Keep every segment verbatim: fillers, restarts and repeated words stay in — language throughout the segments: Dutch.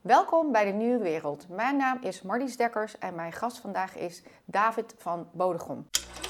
Welkom bij de Nieuwe Wereld. Mijn naam is Marlies Dekkers en mijn gast vandaag is David van Bodegom.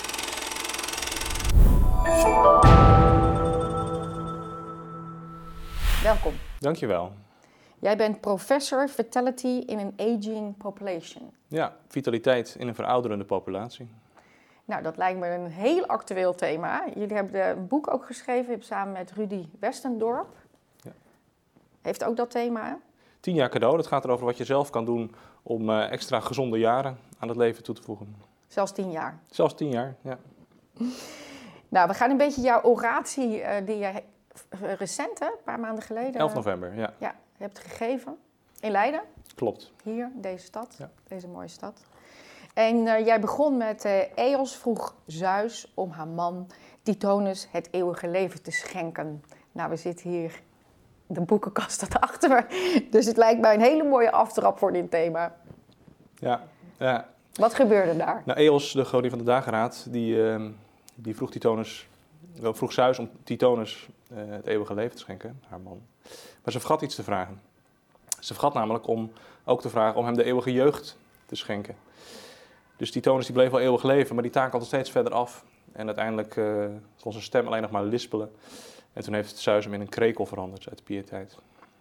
Welkom. Dankjewel. Jij bent professor Vitality in an Aging Population. Ja, vitaliteit in een verouderende populatie. Nou, dat lijkt me een heel actueel thema. Jullie hebben een boek ook geschreven, je hebt samen met Rudy Westendorp. Ja. Heeft ook dat thema? Tien jaar cadeau, dat gaat erover wat je zelf kan doen om uh, extra gezonde jaren aan het leven toe te voegen. Zelfs tien jaar? Zelfs tien jaar, ja. Nou, we gaan een beetje jouw oratie uh, die je recent, hè, een paar maanden geleden... elf november, ja. Ja, hebt gegeven in Leiden. Klopt. Hier, in deze stad, ja. Deze mooie stad. En uh, jij begon met uh, Eos vroeg Zeus om haar man Titonus het eeuwige leven te schenken. Nou, we zitten hier, de boekenkast staat achter me. Dus het lijkt mij een hele mooie aftrap voor dit thema. Ja, ja. Wat gebeurde daar? Nou, Eos, de godin van de dageraad, die, uh, die vroeg, Titonus, vroeg Zeus om Titonus uh, het eeuwige leven te schenken, haar man. Maar ze vergat iets te vragen. Ze vergat namelijk om ook te vragen om hem de eeuwige jeugd te schenken. Dus Titonus die bleef wel eeuwig leven, maar die takelde steeds verder af. En uiteindelijk uh, kon zijn stem alleen nog maar lispelen. En toen heeft Zeus hem in een krekel veranderd uit de piëteit.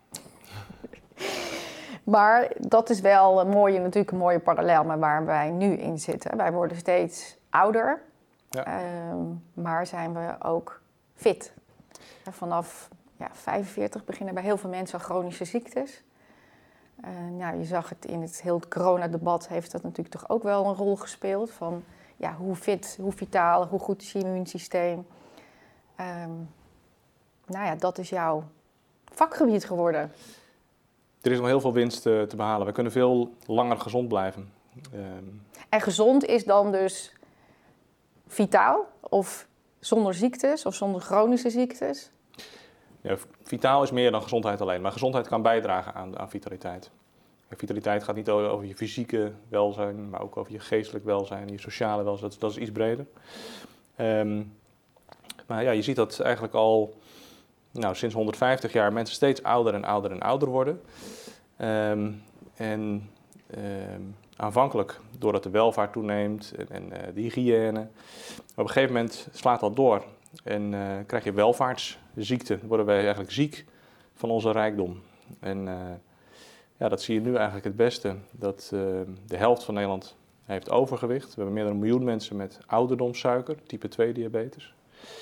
Maar dat is wel een mooie, natuurlijk een mooie parallel met waar wij nu in zitten. Wij worden steeds ouder, ja. um, maar zijn we ook fit. Vanaf ja, vijfenveertig beginnen bij heel veel mensen al chronische ziektes. Uh, nou, je zag het in het hele coronadebat, heeft dat natuurlijk toch ook wel een rol gespeeld. Van ja, hoe fit, hoe vitaal, hoe goed is je immuunsysteem. Um, nou ja, dat is jouw vakgebied geworden. Er is nog heel veel winst uh, te behalen. We kunnen veel langer gezond blijven. Um... En gezond is dan dus vitaal of zonder ziektes of zonder chronische ziektes? Ja, vitaal is meer dan gezondheid alleen, maar gezondheid kan bijdragen aan, aan vitaliteit. En vitaliteit gaat niet over je fysieke welzijn, maar ook over je geestelijk welzijn, je sociale welzijn. Dat, dat is iets breder. Um, maar ja, je ziet dat eigenlijk al nou, sinds honderdvijftig jaar mensen steeds ouder en ouder en ouder worden. Um, en um, aanvankelijk doordat de welvaart toeneemt en, en uh, de hygiëne. Maar op een gegeven moment slaat dat door. En uh, krijg je welvaartsziekten, dan worden wij eigenlijk ziek van onze rijkdom. En uh, ja, dat zie je nu eigenlijk het beste, dat uh, de helft van Nederland heeft overgewicht. We hebben meer dan een miljoen mensen met ouderdomssuiker, type twee diabetes.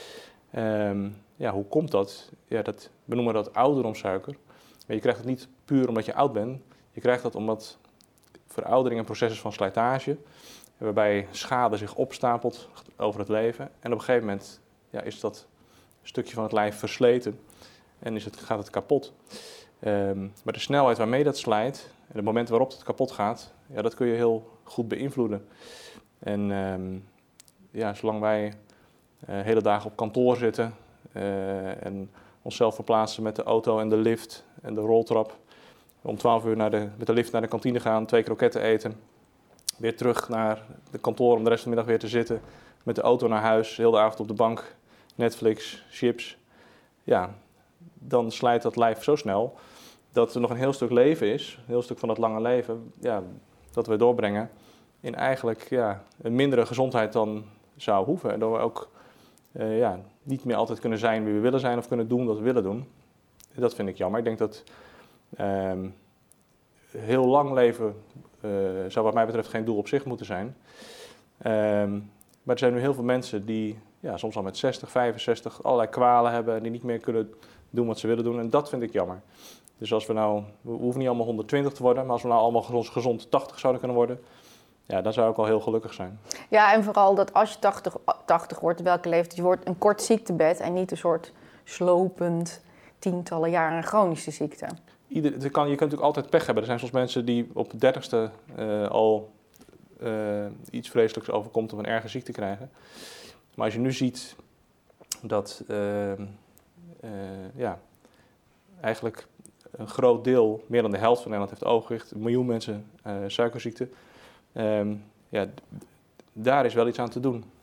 Um, ja, hoe komt dat? Ja, dat? We noemen dat ouderdomssuiker. Maar je krijgt het niet puur omdat je oud bent. Je krijgt dat omdat veroudering een proces is van slijtage, waarbij schade zich opstapelt over het leven. En op een gegeven moment ja, is dat stukje van het lijf versleten en is het, gaat het kapot. Um, maar de snelheid waarmee dat slijt en het moment waarop het kapot gaat, ja, dat kun je heel goed beïnvloeden. En um, ja, zolang wij uh, hele dagen op kantoor zitten uh, en onszelf verplaatsen met de auto en de lift en de roltrap, om twaalf uur naar de, met de lift naar de kantine gaan, twee kroketten eten, weer terug naar de kantoor om de rest van de middag weer te zitten, met de auto naar huis, heel de avond op de bank, Netflix, chips. Ja, dan slijt dat lijf zo snel dat er nog een heel stuk leven is, een heel stuk van het lange leven, ja, dat we doorbrengen in eigenlijk ja, een mindere gezondheid dan zou hoeven. En dat we ook uh, ja, niet meer altijd kunnen zijn wie we willen zijn of kunnen doen wat we willen doen. Dat vind ik jammer. Ik denk dat uh, heel lang leven uh, zou wat mij betreft geen doel op zich moeten zijn. Uh, Maar er zijn nu heel veel mensen die ja, soms al met zestig, vijfenzestig allerlei kwalen hebben en die niet meer kunnen doen wat ze willen doen. En dat vind ik jammer. Dus als we nou, we hoeven niet allemaal honderdtwintig te worden, maar als we nou allemaal gezond, gezond tachtig zouden kunnen worden, ja, dan zou ik al heel gelukkig zijn. Ja, en vooral dat als je tachtig, tachtig wordt, welke leeftijd je wordt, een kort ziektebed en niet een soort slopend tientallen jaren chronische ziekte. Ieder, kan, je kunt natuurlijk altijd pech hebben. Er zijn soms mensen die op de dertigste uh, al uh, iets vreselijks overkomt of een erge ziekte krijgen. Maar als je nu ziet dat uh, uh, ja, eigenlijk een groot deel, meer dan de helft van Nederland heeft overgewicht, een miljoen mensen uh, suikerziekte. Um, ja, d- daar is wel iets aan te doen.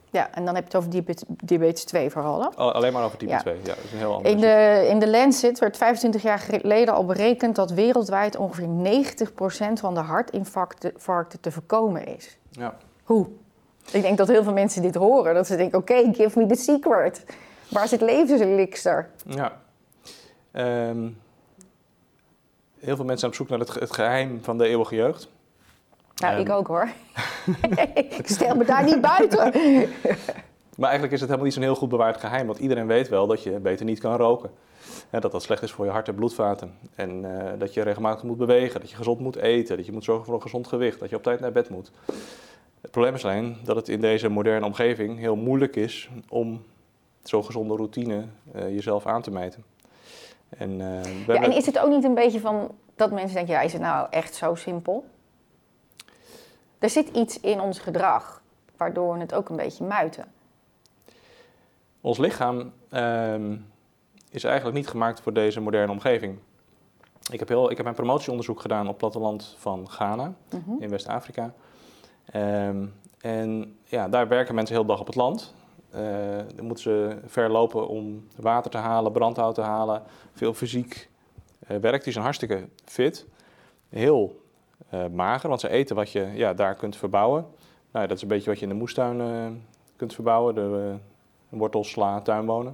Ja, en dan heb je het over diabetes, diabetes twee vooral, hè? Alleen maar over type Ja. twee. Ja, dat is een heel ander. In de, in de Lancet werd vijfentwintig jaar geleden al berekend dat wereldwijd ongeveer negentig procent van de hartinfarcten infarcten te voorkomen is. Ja. Hoe? Ik denk dat heel veel mensen dit horen. Dat ze denken, oké, okay, give me the secret. Waar zit levenselixer? Ja. Um, heel veel mensen zijn op zoek naar het, het geheim van de eeuwige jeugd. Nou, um, ik ook hoor. Ik stel me daar niet buiten. Maar eigenlijk is het helemaal niet zo'n heel goed bewaard geheim. Want iedereen weet wel dat je beter niet kan roken. Ja, dat dat slecht is voor je hart- en bloedvaten. En uh, dat je regelmatig moet bewegen, dat je gezond moet eten, dat je moet zorgen voor een gezond gewicht, dat je op tijd naar bed moet. Het probleem is alleen dat het in deze moderne omgeving heel moeilijk is om zo'n gezonde routine uh, jezelf aan te meten. En, uh, ja, hebben... en is het ook niet een beetje van dat mensen denken, ja, is het nou echt zo simpel? Er zit iets in ons gedrag waardoor we het ook een beetje muiten. Ons lichaam uh, is eigenlijk niet gemaakt voor deze moderne omgeving. Ik heb, heel, ik heb mijn promotieonderzoek gedaan op het platteland van Ghana, mm-hmm. in West-Afrika. Um, en ja, daar werken mensen heel de dag op het land. Uh, dan moeten ze ver lopen om water te halen, brandhout te halen. Veel fysiek uh, werk. Die zijn hartstikke fit. Heel uh, mager, want ze eten wat je ja, daar kunt verbouwen. Nou, dat is een beetje wat je in de moestuin uh, kunt verbouwen. De uh, wortels, sla, tuinbonen.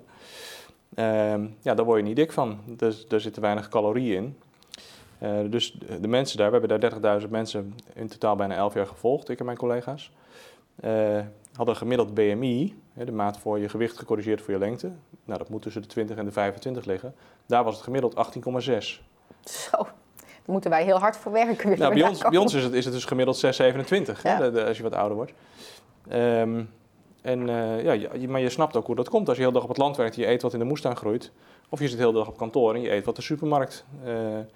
Uh, ja, daar word je niet dik van. Dus, er zitten weinig calorieën in. Uh, dus de mensen daar, we hebben daar dertigduizend mensen in totaal bijna elf jaar gevolgd, ik en mijn collega's. Uh, hadden een gemiddeld B M I, hè, de maat voor je gewicht gecorrigeerd voor je lengte. Nou, dat moet tussen de twintig en de vijfentwintig liggen. Daar was het gemiddeld achttien komma zes. Zo, daar moeten wij heel hard voor werken. Nou, bij, ons, bij ons is het, is het dus gemiddeld zes komma zevenentwintig, ja. hè, de, de, als je wat ouder wordt. Um, en, uh, ja, je, maar je snapt ook hoe dat komt. Als je heel de dag op het land werkt en je eet wat in de moestuin groeit. Of je zit heel de dag op kantoor en je eet wat de supermarkt uh,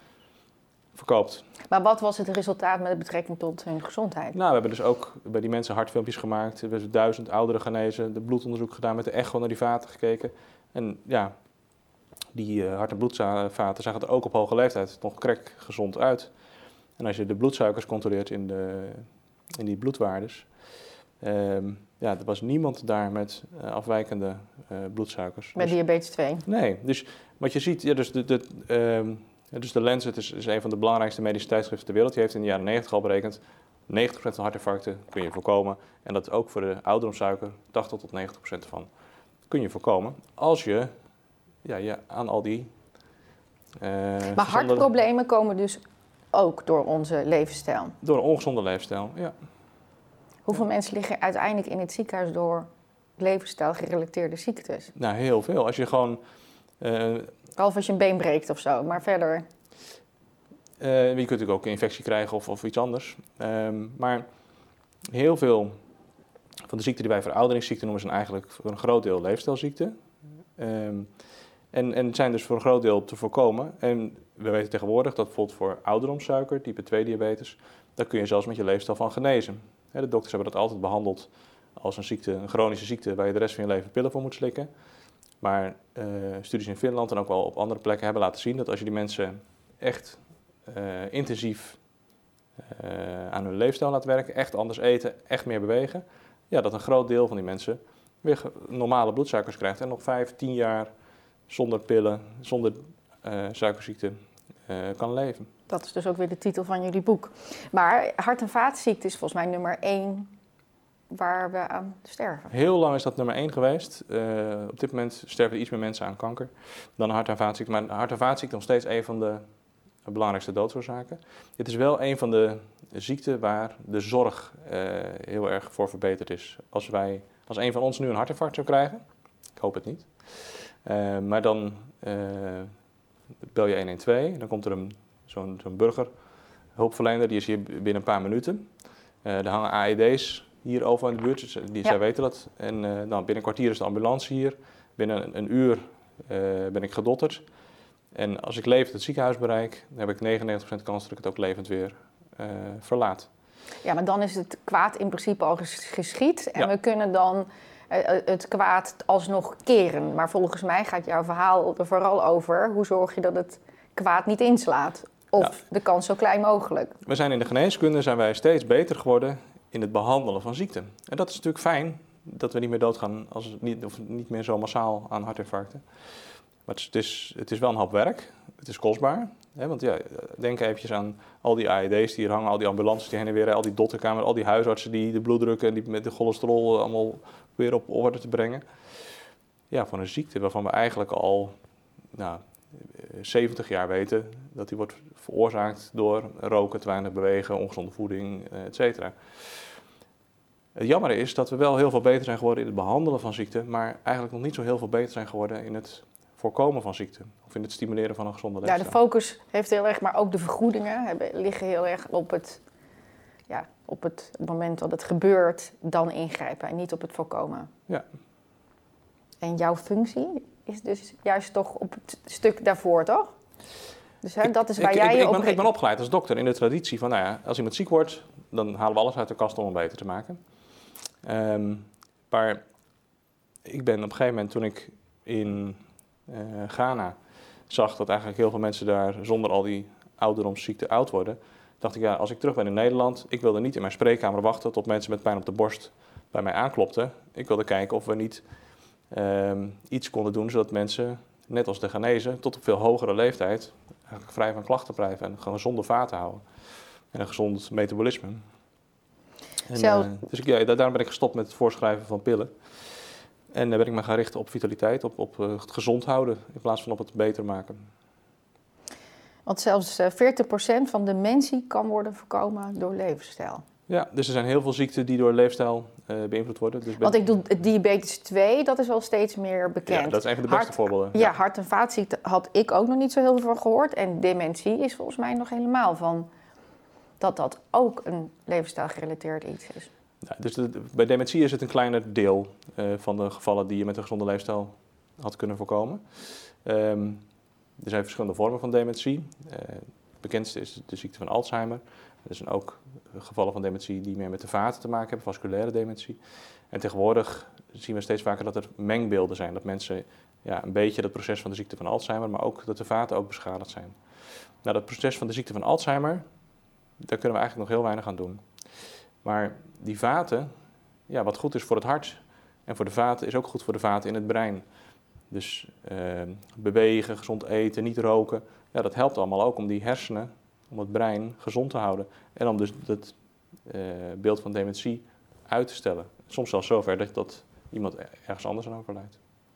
verkoopt. Maar wat was het resultaat met betrekking tot hun gezondheid? Nou, we hebben dus ook bij die mensen hartfilmpjes gemaakt. We hebben duizend ouderen genezen, de bloedonderzoek gedaan, met de echo naar die vaten gekeken. En ja, die uh, hart- en bloedvaten zagen er ook op hoge leeftijd nog krek gezond uit. En als je de bloedsuikers controleert in, de, in die bloedwaardes, um, ja, er was niemand daar met uh, afwijkende uh, bloedsuikers. Met dus, diabetes twee? Nee, dus wat je ziet, ja, dus de... de um, Ja, dus de Lancet is, is een van de belangrijkste medische tijdschriften ter wereld. Die heeft in de jaren negentig al berekend, negentig procent van hartinfarcten kun je voorkomen. En dat ook voor de ouderdomssuiker, tachtig tot negentig procent van kun je voorkomen. Als je ja, je aan al die... Uh, maar gezonde... hartproblemen komen dus ook door onze levensstijl? Door een ongezonde levensstijl, ja. Hoeveel ja. mensen liggen uiteindelijk in het ziekenhuis door levensstijlgerelateerde ziektes? Nou, heel veel. Als je gewoon... Uh, Behalve als je een been breekt of zo, maar verder... Uh, je kunt natuurlijk ook een infectie krijgen of, of iets anders. Um, maar heel veel van de ziekten die wij verouderingsziekten noemen, zijn eigenlijk voor een groot deel leefstijlziekten. Um, en, en zijn dus voor een groot deel te voorkomen. En we weten tegenwoordig dat bijvoorbeeld voor ouderdomssuiker, type twee diabetes, daar kun je zelfs met je leefstijl van genezen. He, de dokters hebben dat altijd behandeld als een ziekte, een chronische ziekte waar je de rest van je leven pillen voor moet slikken. Maar uh, studies in Finland en ook wel op andere plekken hebben laten zien dat als je die mensen echt uh, intensief uh, aan hun leefstijl laat werken, echt anders eten, echt meer bewegen, ja, dat een groot deel van die mensen weer normale bloedsuikers krijgt en nog vijf, tien jaar zonder pillen, zonder uh, suikerziekte uh, kan leven. Dat is dus ook weer de titel van jullie boek. Maar hart- en vaatziekte is volgens mij nummer één waar we aan sterven. Heel lang is dat nummer één geweest. Uh, op dit moment sterven er iets meer mensen aan kanker dan hart- en vaatziekten. Maar hart- en vaatziekten is nog steeds een van de belangrijkste doodsoorzaken. Het is wel een van de ziekten waar de zorg uh, heel erg voor verbeterd is. Als, wij, als een van ons nu een hartinfarct zou krijgen, ik hoop het niet, uh, maar dan uh, bel je honderdtwaalf, dan komt er een, zo'n, zo'n burgerhulpverlener, die is hier binnen een paar minuten. Uh, er hangen A E D's hier over in de buurt, die, ja. zij weten dat. En uh, nou, binnen een kwartier is de ambulance hier. Binnen een, een uur uh, ben ik gedotterd. En als ik levend het ziekenhuis bereik, dan heb ik negenennegentig procent kans dat ik het ook levend weer uh, verlaat. Ja, maar dan is het kwaad in principe al geschied. En ja. we kunnen dan uh, het kwaad alsnog keren. Maar volgens mij gaat jouw verhaal er vooral over hoe zorg je dat het kwaad niet inslaat. Of ja. de kans zo klein mogelijk. We zijn in de geneeskunde zijn wij steeds beter geworden in het behandelen van ziekten. En dat is natuurlijk fijn. dat we niet meer doodgaan als het niet, of niet meer zo massaal aan hartinfarcten. Maar het is, het is wel een hoop werk. Het is kostbaar. Hè? Want ja, denk eventjes aan al die A E D's die hier hangen, al die ambulances die heen en weer, al die dotterkamers, al die huisartsen die de bloeddruk en die met de cholesterol allemaal weer op orde te brengen. Ja, voor een ziekte waarvan we eigenlijk al nou, zeventig jaar weten dat die wordt veroorzaakt door roken, te weinig bewegen, ongezonde voeding, et cetera. Het jammer is dat we wel heel veel beter zijn geworden in het behandelen van ziekte, maar eigenlijk nog niet zo heel veel beter zijn geworden in het voorkomen van ziekte. Of in het stimuleren van een gezonde leefstijl. Ja, de focus heeft heel erg, maar ook de vergoedingen hebben, liggen heel erg op het, ja, op het moment dat het gebeurt, dan ingrijpen en niet op het voorkomen. Ja. En jouw functie is dus juist toch op het stuk daarvoor, toch? Dus hè, Ik, dat is waar ik, jij ik, ik, op... ben, ik ben opgeleid als dokter in de traditie van, nou ja, als iemand ziek wordt, dan halen we alles uit de kast om hem beter te maken. Um, maar ik ben op een gegeven moment, toen ik in uh, Ghana zag dat eigenlijk heel veel mensen daar zonder al die ouderdomsziekten oud worden, dacht ik, ja, als ik terug ben in Nederland, ik wilde niet in mijn spreekkamer wachten tot mensen met pijn op de borst bij mij aanklopten. Ik wilde kijken of we niet um, iets konden doen zodat mensen, net als de Ghanezen, tot op veel hogere leeftijd eigenlijk vrij van klachten blijven en gewoon gezonde vaten houden. En een gezond metabolisme. En, Zelf... uh, dus ik, ja, daarom ben ik gestopt met het voorschrijven van pillen. En dan ben ik me gaan richten op vitaliteit, op, op uh, het gezond houden in plaats van op het beter maken. Want zelfs uh, veertig procent van dementie kan worden voorkomen door levensstijl. Ja, dus er zijn heel veel ziekten die door leefstijl uh, beïnvloed worden. Dus ben... Want ik doe diabetes twee, dat is wel steeds meer bekend. Ja, dat is een van de beste hart, voorbeelden. Ja, ja, hart- en vaatziekten had ik ook nog niet zo heel veel van gehoord. En dementie is volgens mij nog helemaal van dat dat ook een levensstijlgerelateerd iets is. Ja, dus de, bij dementie is het een kleiner deel uh, van de gevallen die je met een gezonde leefstijl had kunnen voorkomen. Um, er zijn verschillende vormen van dementie. Uh, het bekendste is de ziekte van Alzheimer. Er zijn ook gevallen van dementie die meer met de vaten te maken hebben, vasculaire dementie. En tegenwoordig zien we steeds vaker dat er mengbeelden zijn. Dat mensen ja, een beetje dat proces van de ziekte van Alzheimer, maar ook dat de vaten ook beschadigd zijn. Nou, dat proces van de ziekte van Alzheimer, daar kunnen we eigenlijk nog heel weinig aan doen. Maar die vaten, ja, wat goed is voor het hart en voor de vaten, is ook goed voor de vaten in het brein. Dus uh, bewegen, gezond eten, niet roken, ja, dat helpt allemaal ook om die hersenen, om het brein gezond te houden. En om dus het uh, beeld van dementie uit te stellen. Soms zelfs zover dat, dat iemand ergens anders aan overlijdt.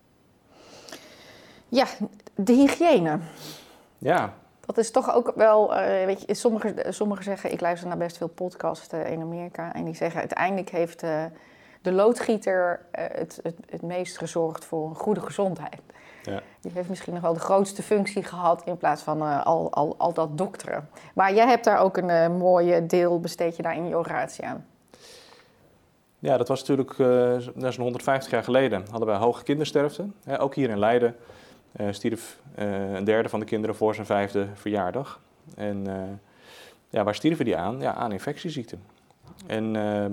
Ja, de hygiëne. Ja. Dat is toch ook wel, uh, weet je, sommigen, sommigen zeggen, ik luister naar best veel podcasts uh, in Amerika. En die zeggen, uiteindelijk heeft uh, de loodgieter uh, het, het, het meest gezorgd voor een goede gezondheid. Ja. Die heeft misschien nog wel de grootste functie gehad in plaats van uh, al, al, al dat dokteren. Maar jij hebt daar ook een uh, mooie deel, besteed je daar in je oratie aan. Ja, dat was natuurlijk, uh, dat is honderdvijftig jaar geleden, hadden wij hoge kindersterfte. Hè, ook hier in Leiden uh, stierf uh, een derde van de kinderen voor zijn vijfde verjaardag. En uh, ja, waar stierven die aan? Ja, aan infectieziekten. En uh,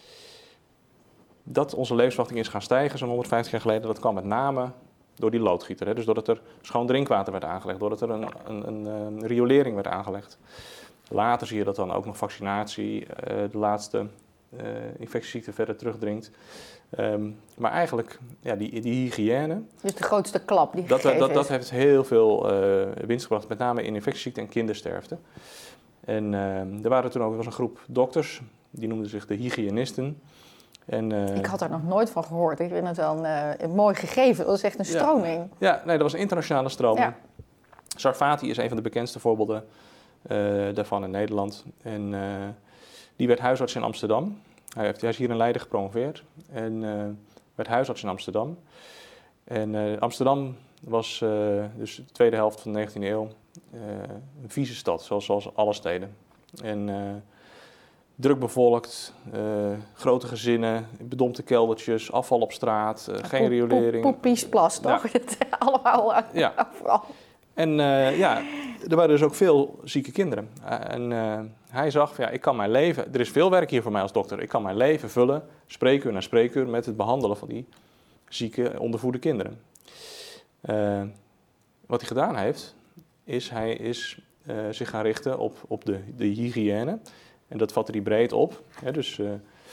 dat onze levensverwachting is gaan stijgen zo'n honderdvijftig jaar geleden, dat kwam met name door die loodgieter. Hè? Dus doordat er schoon drinkwater werd aangelegd, doordat er een, een, een, een riolering werd aangelegd. Later zie je dat dan ook nog vaccinatie, uh, de laatste uh, infectieziekte verder terugdringt. Um, maar eigenlijk, ja, die, die hygiëne... Dus de grootste klap die dat, gegeven dat, is. dat heeft heel veel uh, winst gebracht, met name in infectieziekten en kindersterfte. En uh, er waren toen ook was een groep dokters, die noemden zich de hygiënisten. En, uh, ik had daar nog nooit van gehoord. Ik vind het wel een, uh, een mooi gegeven. Dat is echt een stroming. Ja, ja nee, dat was een internationale stroming. Ja. Sarfati is een van de bekendste voorbeelden uh, daarvan in Nederland. En uh, die werd huisarts in Amsterdam. Hij, heeft, hij is hier in Leiden gepromoveerd en uh, werd huisarts in Amsterdam. En uh, Amsterdam was uh, dus de tweede helft van de negentiende eeuw uh, een vieze stad, zoals, zoals alle steden. En uh, druk bevolkt, uh, grote gezinnen, bedompte keldertjes, afval op straat, uh, geen Poep, riolering. Poep, poepiesplas, toch? Ja. Allemaal uh, ja. overal. En uh, ja, er waren dus ook veel zieke kinderen. Uh, en uh, hij zag, van, ja, ik kan mijn leven, er is veel werk hier voor mij als dokter. Ik kan mijn leven vullen, spreekuur na spreekuur, met het behandelen van die zieke, ondervoede kinderen. Uh, wat hij gedaan heeft, is hij is uh, zich gaan richten op, op de, de hygiëne. En dat vatte hij breed op. Hè, dus uh,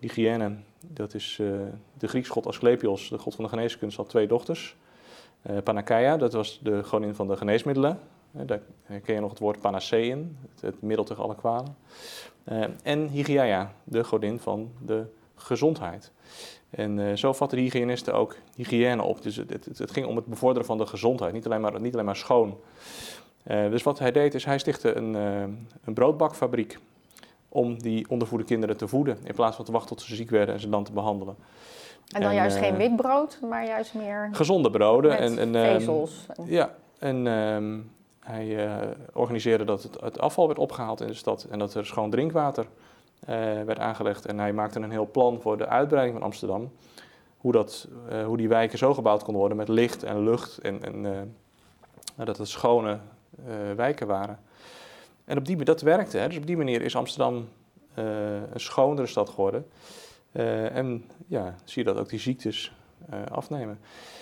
hygiëne, dat is uh, de Griekse god Asclepios, de god van de geneeskunst, had twee dochters. Uh, Panakeia, dat was de godin van de geneesmiddelen. Uh, daar ken je nog het woord panaceeën, het, het middel tegen alle kwalen. Uh, en Hygieia, de godin van de gezondheid. En uh, zo vatten de hygiënisten ook hygiëne op. Dus het, het, het ging om het bevorderen van de gezondheid, niet alleen maar, niet alleen maar schoon. Uh, dus wat hij deed is, hij stichtte een, uh, een broodbakfabriek om die ondervoede kinderen te voeden, in plaats van te wachten tot ze ziek werden en ze dan te behandelen. En dan en, juist uh, geen wit brood, maar juist meer gezonde broden. Met en, en, vezels. Um, ja, en um, hij uh, organiseerde dat het, het afval werd opgehaald in de stad en dat er schoon drinkwater uh, werd aangelegd. En hij maakte een heel plan voor de uitbreiding van Amsterdam, hoe, dat, uh, hoe die wijken zo gebouwd konden worden met licht en lucht en, en uh, dat het schone uh, wijken waren. En op die, dat werkte, hè. Dus op die manier is Amsterdam uh, een schonere stad geworden. Uh, en ja, zie je dat ook die ziektes uh, afnemen.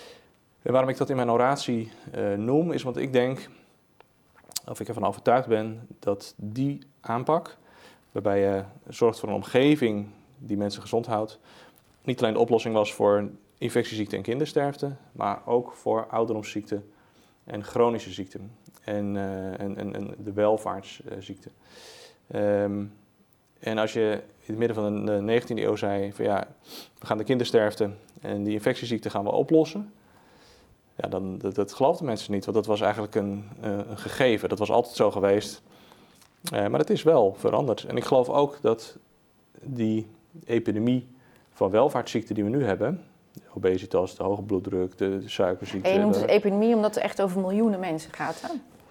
En waarom ik dat in mijn oratie uh, noem, is want ik denk, of ik ervan overtuigd ben, dat die aanpak, waarbij je zorgt voor een omgeving die mensen gezond houdt, niet alleen de oplossing was voor infectieziekten en kindersterfte, maar ook voor ouderdomsziekten en chronische ziekten en, uh, en, en, en de welvaartsziekten. Um, en als je in het midden van de negentiende eeuw zei van ja, we gaan de kindersterfte en die infectieziekten gaan we oplossen, ja, dan dat, dat geloofden mensen niet, want dat was eigenlijk een, uh, een gegeven. Dat was altijd zo geweest, uh, maar het is wel veranderd. En ik geloof ook dat die epidemie van welvaartsziekten die we nu hebben, de obesitas, de hoge bloeddruk, de, de suikerziekte. En je noemt het epidemie omdat het echt over miljoenen mensen gaat, hè?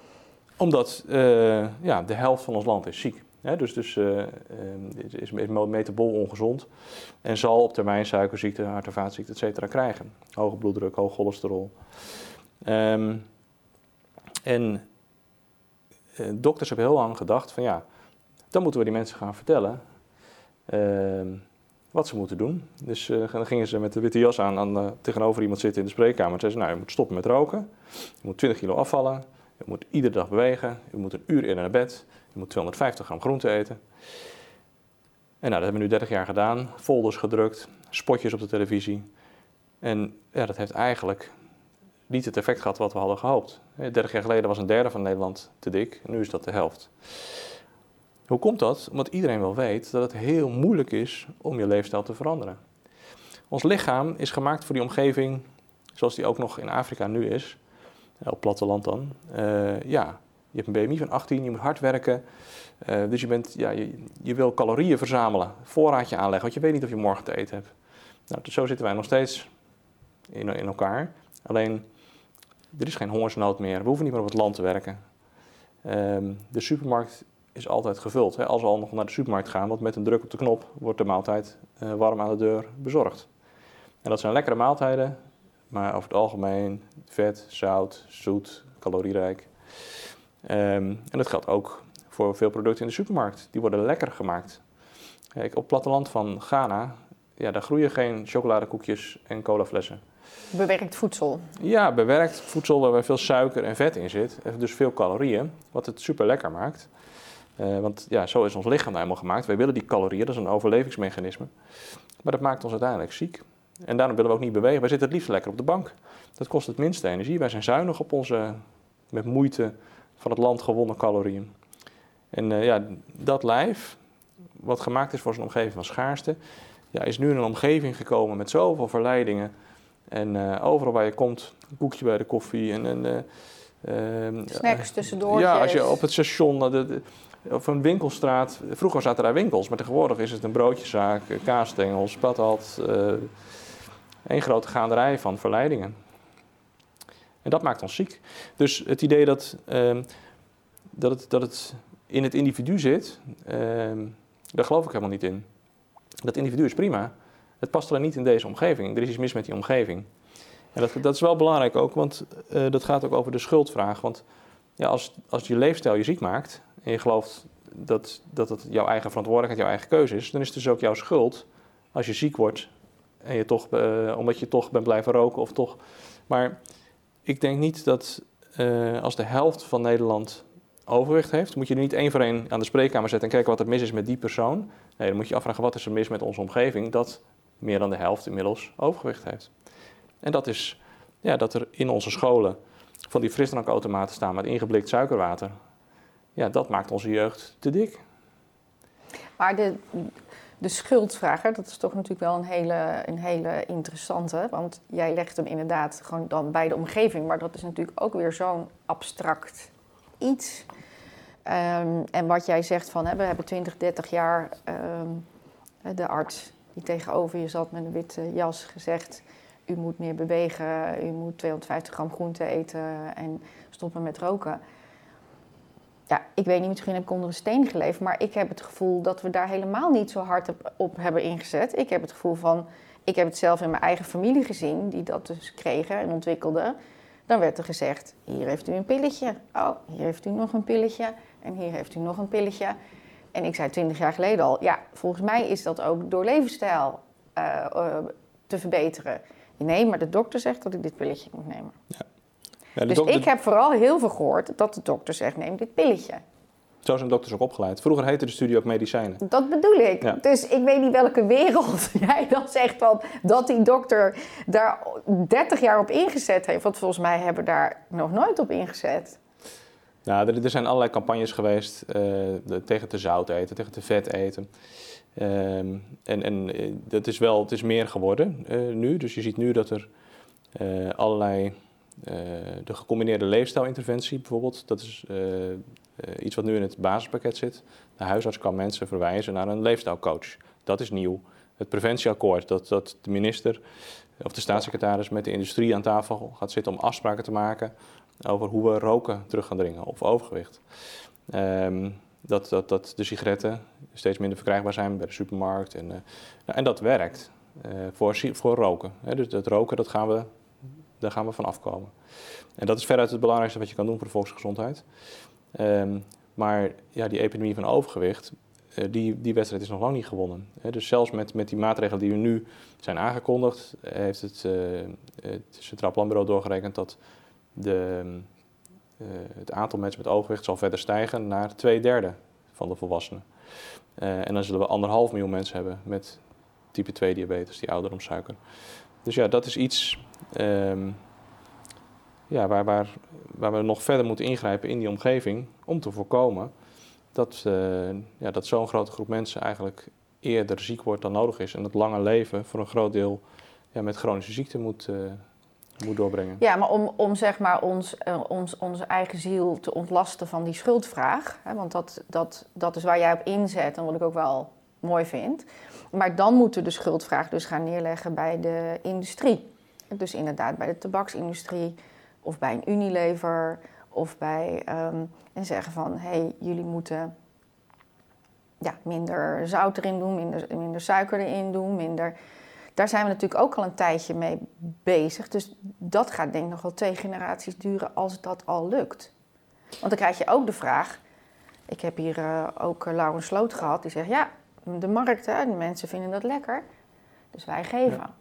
Omdat uh, ja, de helft van ons land is ziek. Ja, dus dus uh, uh, is, is metabool ongezond en zal op termijn suikerziekte, hart- en vaatziekte, et cetera krijgen. Hoge bloeddruk, hoog cholesterol. Um, en uh, dokters hebben heel lang gedacht van ja, dan moeten we die mensen gaan vertellen uh, wat ze moeten doen. Dus uh, dan gingen ze met de witte jas aan, aan uh, tegenover iemand zitten in de spreekkamer. En zeiden ze, nou, je moet stoppen met roken, je moet twintig kilo afvallen, je moet iedere dag bewegen, je moet een uur eerder naar bed. Je moet tweehonderdvijftig gram groente eten. En nou, dat hebben we nu dertig jaar gedaan. Folders gedrukt, spotjes op de televisie. En ja, dat heeft eigenlijk niet het effect gehad wat we hadden gehoopt. dertig jaar geleden was een derde van Nederland te dik. En nu is dat de helft. Hoe komt dat? Omdat iedereen wel weet dat het heel moeilijk is om je leefstijl te veranderen. Ons lichaam is gemaakt voor die omgeving zoals die ook nog in Afrika nu is. Op platteland dan. Uh, ja... Je hebt een B M I van achttien, je moet hard werken. Uh, dus je, bent, ja, je, je wil calorieën verzamelen, voorraadje aanleggen, want je weet niet of je morgen te eten hebt. Nou, dus zo zitten wij nog steeds in, in elkaar. Alleen, er is geen hongersnood meer. We hoeven niet meer op het land te werken. Um, de supermarkt is altijd gevuld. Hè. Als we al nog naar de supermarkt gaan, want met een druk op de knop wordt de maaltijd uh, warm aan de deur bezorgd. En dat zijn lekkere maaltijden, maar over het algemeen vet, zout, zoet, calorierijk. Um, en dat geldt ook voor veel producten in de supermarkt. Die worden lekker gemaakt. Kijk, op het platteland van Ghana, ja, daar groeien geen chocoladekoekjes en colaflessen. Bewerkt voedsel. Ja, bewerkt voedsel waar veel suiker en vet in zit. Dus veel calorieën, wat het super lekker maakt. Uh, want ja, zo is ons lichaam nou helemaal gemaakt. Wij willen die calorieën, dat is een overlevingsmechanisme. Maar dat maakt ons uiteindelijk ziek. En daarom willen we ook niet bewegen. Wij zitten het liefst lekker op de bank. Dat kost het minste energie. Wij zijn zuinig op onze, met moeite van het land gewonnen calorieën. En uh, ja, dat lijf, wat gemaakt is voor zijn omgeving van schaarste, ja, is nu in een omgeving gekomen met zoveel verleidingen. En uh, overal waar je komt, een koekje bij de koffie en... en uh, uh, snacks tussendoor. Ja, als je op het station, de, de, of een winkelstraat, vroeger zaten daar winkels, maar tegenwoordig is het een broodjeszaak, kaasstengels, patat, uh, één grote gaanderij van verleidingen. En dat maakt ons ziek. Dus het idee dat, uh, dat, het, dat het in het individu zit, uh, daar geloof ik helemaal niet in. Dat individu is prima. Het past alleen niet in deze omgeving. Er is iets mis met die omgeving. En dat, dat is wel belangrijk ook, want uh, dat gaat ook over de schuldvraag. Want ja, als, als je leefstijl je ziek maakt en je gelooft dat, dat het jouw eigen verantwoordelijkheid, jouw eigen keuze is, dan is het dus ook jouw schuld als je ziek wordt en je toch, uh, omdat je toch bent blijven roken of toch. Maar ik denk niet dat uh, als de helft van Nederland overgewicht heeft, moet je er niet één voor één aan de spreekkamer zetten en kijken wat er mis is met die persoon. Nee, dan moet je afvragen wat is er mis met onze omgeving dat meer dan de helft inmiddels overgewicht heeft. En dat is ja, dat er in onze scholen van die frisdrankautomaten staan met ingeblikt suikerwater. Ja, dat maakt onze jeugd te dik. Maar de, de schuldvraag, dat is toch natuurlijk wel een hele, een hele interessante. Want jij legt hem inderdaad gewoon dan bij de omgeving. Maar dat is natuurlijk ook weer zo'n abstract iets. Um, en wat jij zegt van, hè, we hebben twintig, dertig jaar um, de arts die tegenover je zat met een witte jas gezegd: u moet meer bewegen, u moet tweehonderdvijftig gram groente eten en stoppen met roken. Ja, ik weet niet, misschien heb ik onder een steen geleefd, maar ik heb het gevoel dat we daar helemaal niet zo hard op hebben ingezet. Ik heb het gevoel van, ik heb het zelf in mijn eigen familie gezien, die dat dus kregen en ontwikkelden. Dan werd er gezegd, hier heeft u een pilletje. Oh, hier heeft u nog een pilletje. En hier heeft u nog een pilletje. En ik zei twintig jaar geleden al, ja, volgens mij is dat ook door levensstijl uh, uh, te verbeteren. Nee, maar de dokter zegt dat ik dit pilletje moet nemen. Ja. Ja, dus dokter... ik heb vooral heel veel gehoord dat de dokter zegt, neem dit pilletje. Zo zijn dokters ook opgeleid. Vroeger heette de studie ook medicijnen. Dat bedoel ik. Ja. Dus ik weet niet welke wereld jij dan zegt van dat die dokter daar dertig jaar op ingezet heeft. Want volgens mij hebben we daar nog nooit op ingezet. Nou, er, er zijn allerlei campagnes geweest uh, de, tegen te zout eten, tegen te vet eten. Um, en en dat is wel, het is meer geworden uh, nu. Dus je ziet nu dat er uh, allerlei, uh, de gecombineerde leefstijlinterventie bijvoorbeeld, dat is uh, uh, iets wat nu in het basispakket zit. De huisarts kan mensen verwijzen naar een leefstijlcoach. Dat is nieuw. Het preventieakkoord, dat, dat de minister of de staatssecretaris met de industrie aan tafel gaat zitten om afspraken te maken over hoe we roken terug gaan dringen of overgewicht. Um, dat, dat, dat de sigaretten steeds minder verkrijgbaar zijn bij de supermarkt. En, uh, nou, en dat werkt uh, voor, voor roken. Hè. Dus dat roken, dat gaan we, daar gaan we van afkomen. En dat is veruit het belangrijkste wat je kan doen voor de volksgezondheid. Um, maar ja, die epidemie van overgewicht, uh, die, die wedstrijd is nog lang niet gewonnen. Hè. Dus zelfs met, met die maatregelen die nu zijn aangekondigd, heeft het, uh, het Centraal Planbureau doorgerekend dat de, uh, het aantal mensen met overgewicht zal verder stijgen naar twee derde van de volwassenen. Uh, en dan zullen we anderhalf miljoen mensen hebben met type twee diabetes, die ouderdomssuiker. Dus ja, dat is iets um, ja, waar, waar, waar we nog verder moeten ingrijpen in die omgeving om te voorkomen dat, uh, ja, dat zo'n grote groep mensen eigenlijk eerder ziek wordt dan nodig is en het lange leven voor een groot deel ja, met chronische ziekte moet uh, moet doorbrengen. Ja, maar om, om zeg maar ons, uh, ons, onze eigen ziel te ontlasten van die schuldvraag, hè, want dat, dat, dat is waar jij op inzet en wat ik ook wel mooi vind. Maar dan moeten we de schuldvraag dus gaan neerleggen bij de industrie. Dus inderdaad bij de tabaksindustrie of bij een Unilever of bij um, en zeggen van hé, hey, jullie moeten ja, minder zout erin doen, minder, minder suiker erin doen, minder. Daar zijn we natuurlijk ook al een tijdje mee bezig. Dus dat gaat denk ik nog wel twee generaties duren als dat al lukt. Want dan krijg je ook de vraag. Ik heb hier uh, ook uh, Laurens Sloot gehad. Die zegt ja, de markt, hè, de mensen vinden dat lekker. Dus wij geven. Ja.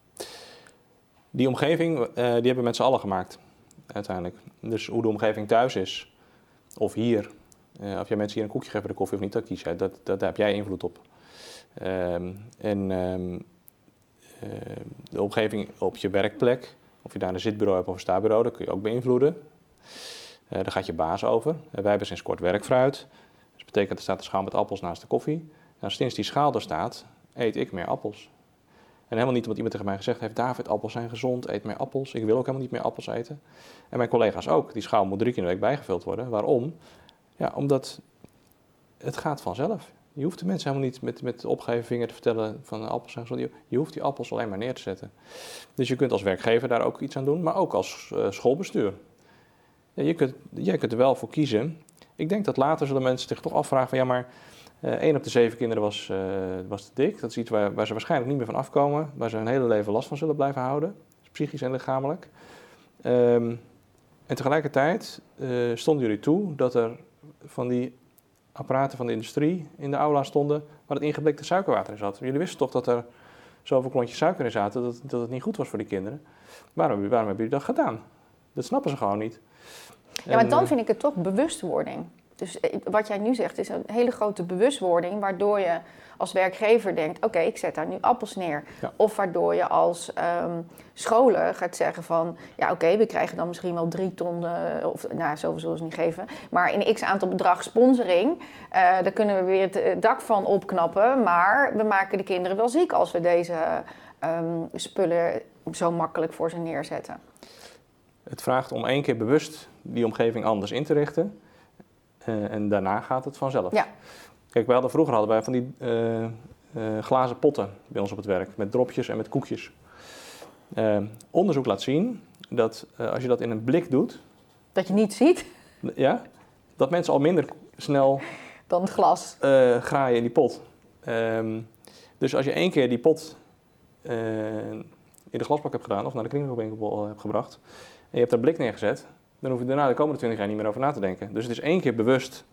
Die omgeving, uh, die hebben we met z'n allen gemaakt. Uiteindelijk. Dus hoe de omgeving thuis is. Of hier. Uh, of jij mensen hier een koekje geeft bij de koffie of niet, dat kies jij. Dat, dat, daar heb jij invloed op. Um, en... Um, Uh, de omgeving op je werkplek, of je daar een zitbureau hebt of een stabureau, dat kun je ook beïnvloeden. Uh, daar gaat je baas over. Uh, wij hebben sinds kort werkfruit. Dus dat betekent, er staat een schaal met appels naast de koffie. Nou, sinds die schaal er staat, eet ik meer appels. En helemaal niet omdat iemand tegen mij gezegd heeft, David, appels zijn gezond, eet meer appels. Ik wil ook helemaal niet meer appels eten. En mijn collega's ook. Die schaal moet drie keer in de week bijgevuld worden. Waarom? Ja, omdat het gaat vanzelf. Je hoeft de mensen helemaal niet met, met de opgeheven vinger te vertellen van appels zijn gezond. Je hoeft die appels alleen maar neer te zetten. Dus je kunt als werkgever daar ook iets aan doen, maar ook als uh, schoolbestuur. Ja, je kunt, jij kunt er wel voor kiezen. Ik denk dat later zullen mensen zich toch afvragen van ja, maar uh, één op de zeven kinderen was, uh, was te dik. Dat is iets waar, waar ze waarschijnlijk niet meer van afkomen, waar ze hun hele leven last van zullen blijven houden. Psychisch en lichamelijk. Um, en tegelijkertijd uh, stonden jullie toe dat er van die apparaten van de industrie in de aula stonden waar het ingeblikte suikerwater in zat. Jullie wisten toch dat er zoveel klontjes suiker in zaten, dat, dat het niet goed was voor die kinderen. Waarom, waarom hebben jullie dat gedaan? Dat snappen ze gewoon niet. Ja, maar en, dan vind ik het toch bewustwording. Dus wat jij nu zegt is een hele grote bewustwording, waardoor je als werkgever denkt, oké, okay, ik zet daar nu appels neer. Ja. Of waardoor je als um, scholen gaat zeggen van, ja oké, okay, we krijgen dan misschien wel drie ton, uh, of nou, zoveel zullen ze niet geven, maar in x aantal bedrag sponsoring, uh, daar kunnen we weer het dak van opknappen, maar we maken de kinderen wel ziek als we deze um, spullen zo makkelijk voor ze neerzetten. Het vraagt om één keer bewust die omgeving anders in te richten. Uh, en daarna gaat het vanzelf. Ja. Kijk, wij hadden vroeger hadden wij van die uh, uh, glazen potten bij ons op het werk. Met dropjes en met koekjes. Uh, onderzoek laat zien dat uh, als je dat in een blik doet... Dat je niet ziet? Ja, dat mensen al minder snel... Dan het glas. Uh, graaien in die pot. Um, dus als je één keer die pot uh, in de glasbak hebt gedaan... of naar de kringloopwinkel hebt gebracht... en je hebt daar blik neergezet... dan hoef je daarna de komende twintig jaar niet meer over na te denken. Dus het is één keer bewust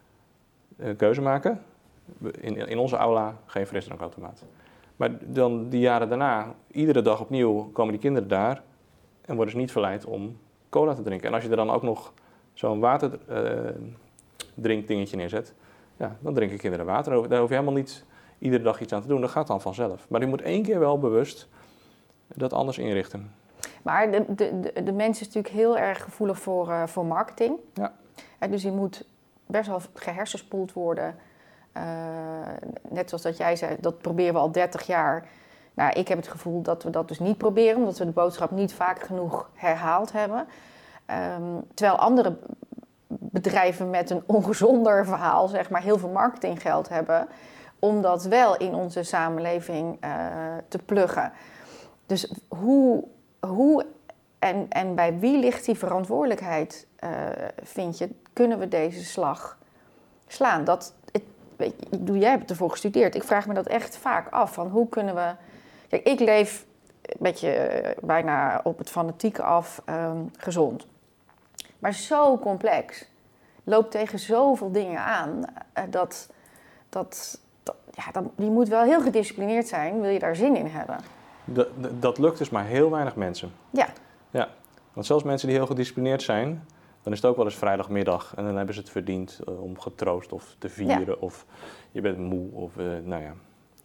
uh, keuze maken. In, in onze aula geen frisdrankautomaat. Maar dan die jaren daarna, iedere dag opnieuw komen die kinderen daar... en worden ze niet verleid om cola te drinken. En als je er dan ook nog zo'n waterdrinkdingetje uh, neerzet... ja, dan drinken kinderen water. Daar hoef je helemaal niet iedere dag iets aan te doen. Dat gaat dan vanzelf. Maar je moet één keer wel bewust dat anders inrichten. Maar de, de, de mens is natuurlijk heel erg gevoelig voor, uh, voor marketing. Ja. En dus die moet best wel gehersenspoeld worden. Uh, net zoals dat jij zei, dat proberen we al dertig jaar. Nou, ik heb het gevoel dat we dat dus niet proberen, omdat we de boodschap niet vaak genoeg herhaald hebben. Um, terwijl andere bedrijven met een ongezonder verhaal, zeg maar, heel veel marketinggeld hebben, om dat wel in onze samenleving uh, te pluggen. Dus hoe... Hoe en, en bij wie ligt die verantwoordelijkheid, uh, vind je, kunnen we deze slag slaan? Dat, het, weet je, jij hebt ervoor gestudeerd. Ik vraag me dat echt vaak af. Van hoe kunnen we... Kijk, ik leef een beetje uh, bijna op het fanatieke af um, gezond. Maar zo complex. Loopt tegen zoveel dingen aan. Uh, dat, dat, dat, ja, dat, je moet wel heel gedisciplineerd zijn, wil je daar zin in hebben. Dat, dat lukt dus maar heel weinig mensen. Ja. Ja. Want zelfs mensen die heel gedisciplineerd zijn, dan is het ook wel eens vrijdagmiddag en dan hebben ze het verdiend uh, om getroost of te vieren ja. of je bent moe of uh, nou ja.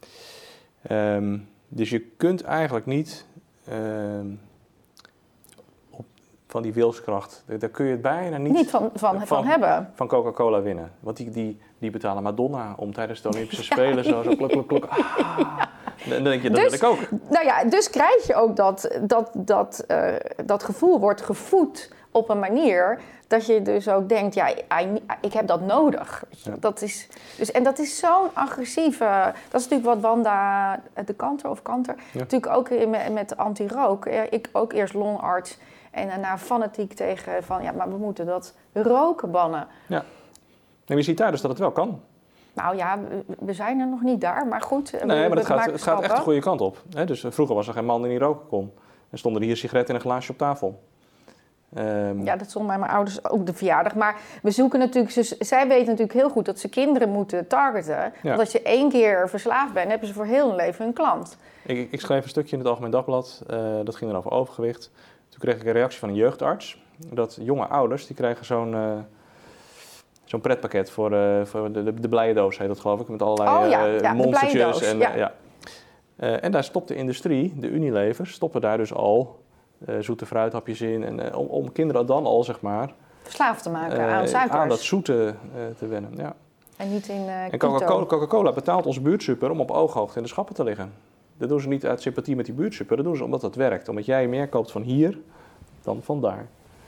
Um, dus je kunt eigenlijk niet um, op, van die wilskracht, daar kun je het bijna niet, niet van, van, van, van hebben. Van Coca-Cola winnen. Want die, die, die betalen Madonna om tijdens de Olympische Spelen ja. zo, zo klok, klok, klok. Ah. Dan denk je, dat dus, wil ik ook. Nou ja, dus krijg je ook dat dat, dat, uh, dat gevoel wordt gevoed op een manier dat je dus ook denkt, ja, I, ik heb dat nodig. Ja. Dat is, dus, en dat is zo'n agressieve... Dat is natuurlijk wat Wanda de Kanter of Kanter... Ja. Natuurlijk ook met, met anti-rook. Ik ook eerst longarts en daarna fanatiek tegen van... ja, maar we moeten dat roken bannen. Ja. En je ziet daar dus dat het wel kan. Nou ja, we zijn er nog niet daar, maar goed. Nee, we, maar het gaat, het gaat echt de goede kant op. He, dus vroeger was er geen man die niet roken kon. En stonden er hier sigaretten in een glaasje op tafel. Um... Ja, dat stond bij mijn ouders ook de verjaardag. Maar we zoeken natuurlijk... Dus, zij weten natuurlijk heel goed dat ze kinderen moeten targeten. Ja. Want als je één keer verslaafd bent, hebben ze voor heel hun leven hun klant. Ik, ik schreef een stukje in het Algemeen Dagblad. Uh, dat ging dan over overgewicht. Toen kreeg ik een reactie van een jeugdarts. Dat jonge ouders, die krijgen zo'n... Uh, Zo'n pretpakket voor, uh, voor de, de, de blije doos, heet dat geloof ik, met allerlei oh, ja, ja, uh, monstertjes. En, ja. uh, ja. uh, en daar stopt de industrie, de Unilever, stoppen daar dus al uh, zoete fruithapjes in. En, uh, om, om kinderen dan al, zeg maar... Verslaafd te maken uh, aan suikers. Aan dat zoete uh, te wennen, ja. En niet in uh, En Coca-Cola, Coca-Cola betaalt onze buurtsuper om op ooghoogte in de schappen te liggen. Dat doen ze niet uit sympathie met die buurtsuper, dat doen ze omdat dat werkt. Omdat jij meer koopt van hier dan van daar.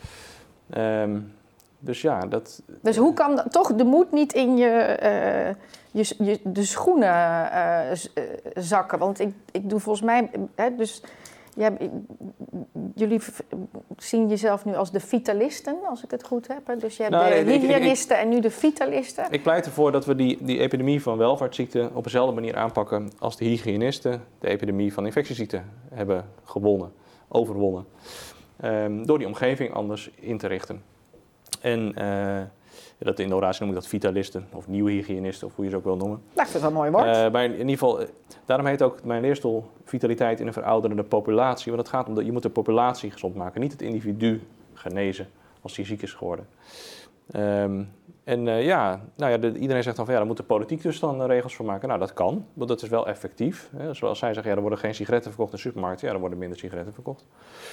Um, Dus ja, dat... Dus hoe kan dat toch de moed niet in je, uh, je, je de schoenen uh, zakken? Want ik, ik doe volgens mij... Hè, dus ja, jullie zien jezelf nu als de vitalisten, als ik het goed heb. Dus je hebt nou, de nee, hygiënisten en nu de vitalisten. Ik pleit ervoor dat we die, die epidemie van welvaartsziekten op dezelfde manier aanpakken als de hygiënisten de epidemie van infectieziekten hebben gewonnen, overwonnen. Um, door die omgeving anders in te richten. En uh, dat in de oratie noem ik dat vitalisten of nieuwe hygiënisten of hoe je ze ook wil noemen. Dat is wel een mooi woord. Uh, maar in ieder geval, daarom heet ook mijn leerstoel vitaliteit in een verouderende populatie. Want het gaat om dat je moet de populatie gezond maken, niet het individu genezen als hij ziek is geworden. Um, en uh, ja, nou ja de, iedereen zegt dan van ja, daar moet de politiek dus dan regels voor maken. Nou, dat kan, want dat is wel effectief. Hè. Zoals zij zeggen, ja, er worden geen sigaretten verkocht in de supermarkt. Ja, er worden minder sigaretten verkocht.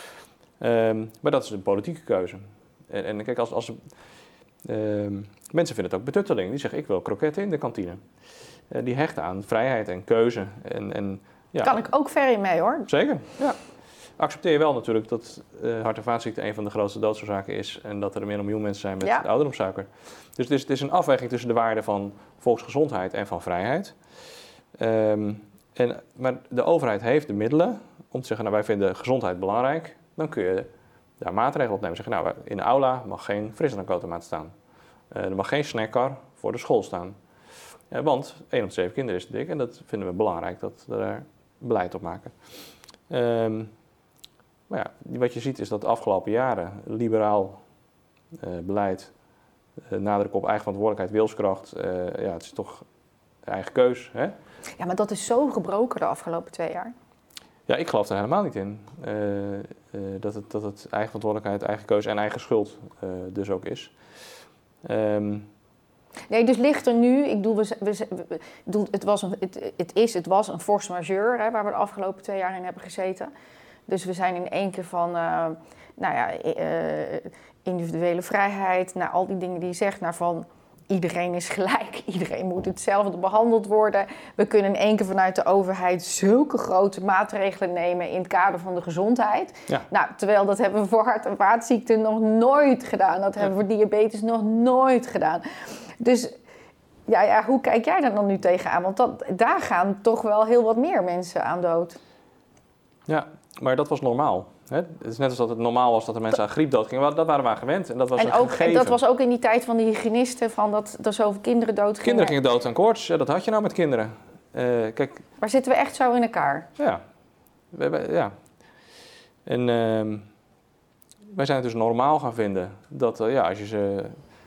Um, maar dat is een politieke keuze. En, en kijk, als, als um, mensen vinden het ook betutteling. Die zeggen, ik wil kroketten in de kantine. Uh, die hechten aan vrijheid en keuze. En, en, ja. Kan ik ook ver in mee, hoor. Zeker, ja. Accepteer je wel natuurlijk dat uh, hart- en vaatziekten een van de grootste doodsoorzaken is en dat er meer dan een miljoen mensen zijn met ja. ouderdomssuiker. Dus het is, het is een afweging tussen de waarde van volksgezondheid en van vrijheid. Um, en, maar de overheid heeft de middelen om te zeggen, nou wij vinden gezondheid belangrijk. Dan kun je daar maatregelen op nemen. Zeggen, nou in de aula mag geen frisdrankautomaat staan. Uh, er mag geen snackcar voor de school staan. Uh, want één op de zeven kinderen is te dik en dat vinden we belangrijk dat we daar beleid op maken. Um, Maar ja, wat je ziet is dat de afgelopen jaren liberaal uh, beleid, uh, nadruk op eigen verantwoordelijkheid, wilskracht, uh, ja, het is toch eigen keus. Hè? Ja, maar dat is zo gebroken de afgelopen twee jaar. Ja, ik geloof daar helemaal niet in. Uh, uh, dat, het, dat het eigen verantwoordelijkheid, eigen keus en eigen schuld uh, dus ook is. Um, Nee, dus ligt er nu, ik bedoel, we, we, we, bedoel het, was een, het, het is, het was een force majeure hè, waar we de afgelopen twee jaar in hebben gezeten. Dus we zijn in één keer van, uh, nou ja, uh, individuele vrijheid, naar al die dingen die je zegt, naar van iedereen is gelijk, iedereen moet hetzelfde behandeld worden. We kunnen in één keer vanuit de overheid zulke grote maatregelen nemen in het kader van de gezondheid. Ja. Nou, terwijl dat hebben we voor hart- en vaatziekten nog nooit gedaan. Dat hebben we voor diabetes nog nooit gedaan. Dus ja, ja, hoe kijk jij daar dan nu tegenaan? Want dat, daar gaan toch wel heel wat meer mensen aan dood. Ja, maar dat was normaal. Hè? Het is net als dat het normaal was dat de mensen aan griep doodgingen. Dat waren we aan gewend en dat was en een ook, gegeven. En dat was ook in die tijd van de hygiënisten, van dat er zoveel kinderen doodgingen. Kinderen gingen dood aan koorts. Ja, dat had je nou met kinderen. Uh, kijk, maar zitten we echt zo in elkaar? Ja. We, we, ja. En uh, wij zijn het dus normaal gaan vinden dat uh, ja, als je ze...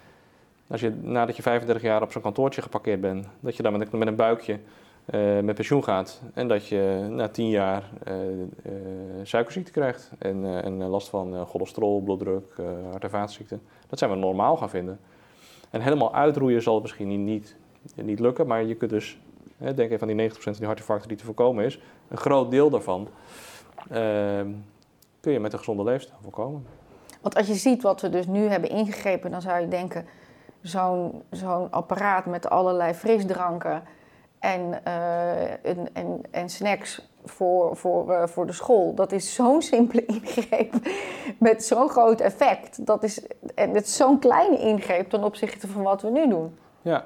Als je nadat je vijfendertig jaar op zo'n kantoortje geparkeerd bent, dat je dan met een, met een buikje uh, met pensioen gaat en dat je na tien jaar uh, uh, suikerziekte krijgt en, uh, en last van uh, cholesterol, bloeddruk, uh, hart- en vaatziekten. Dat zijn we normaal gaan vinden. En helemaal uitroeien zal het misschien niet, niet, niet lukken, maar je kunt dus, hè, denk even aan die negentig procent van die hartinfarcten die te voorkomen is, een groot deel daarvan uh, kun je met een gezonde leefstijl voorkomen. Want als je ziet wat we dus nu hebben ingegrepen, dan zou je denken, Zo'n, zo'n apparaat met allerlei frisdranken en, uh, en, en, en snacks voor, voor, uh, voor de school. Dat is zo'n simpele ingreep met zo'n groot effect. Dat is, en het is zo'n kleine ingreep ten opzichte van wat we nu doen. Ja,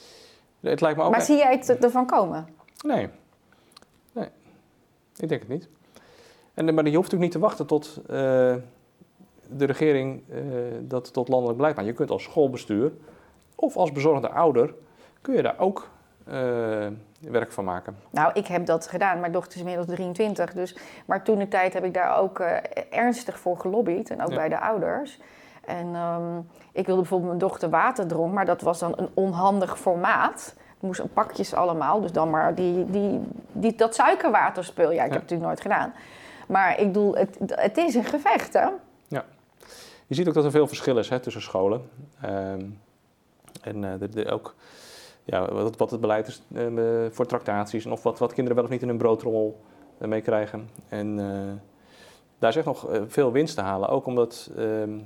het lijkt me ook... Maar zie jij het ervan komen? Nee. Nee, ik denk het niet. En, maar je hoeft natuurlijk niet te wachten tot... Uh, de regering uh, dat tot landelijk beleid maakt. Je kunt als schoolbestuur of als bezorgde ouder, kun je daar ook uh, werk van maken. Nou, ik heb dat gedaan. Mijn dochter is inmiddels drieëntwintig. Dus, maar toen de tijd heb ik daar ook uh, ernstig voor gelobbyd. En ook ja. bij de ouders. En um, ik wilde bijvoorbeeld mijn dochter water dronken, maar dat was dan een onhandig formaat. Het moest een pakjes allemaal. Dus dan maar die, die, die, dat suikerwaterspul. Ja, ik ja. heb het natuurlijk nooit gedaan. Maar ik bedoel, het, het is een gevecht, hè? Ja. Je ziet ook dat er veel verschil is hè, tussen scholen. Um, en uh, de, de, ook ja, wat, wat het beleid is uh, voor tractaties en of wat, wat kinderen wel of niet in hun broodrommel uh, meekrijgen. En uh, daar is echt nog uh, veel winst te halen. Ook omdat, um,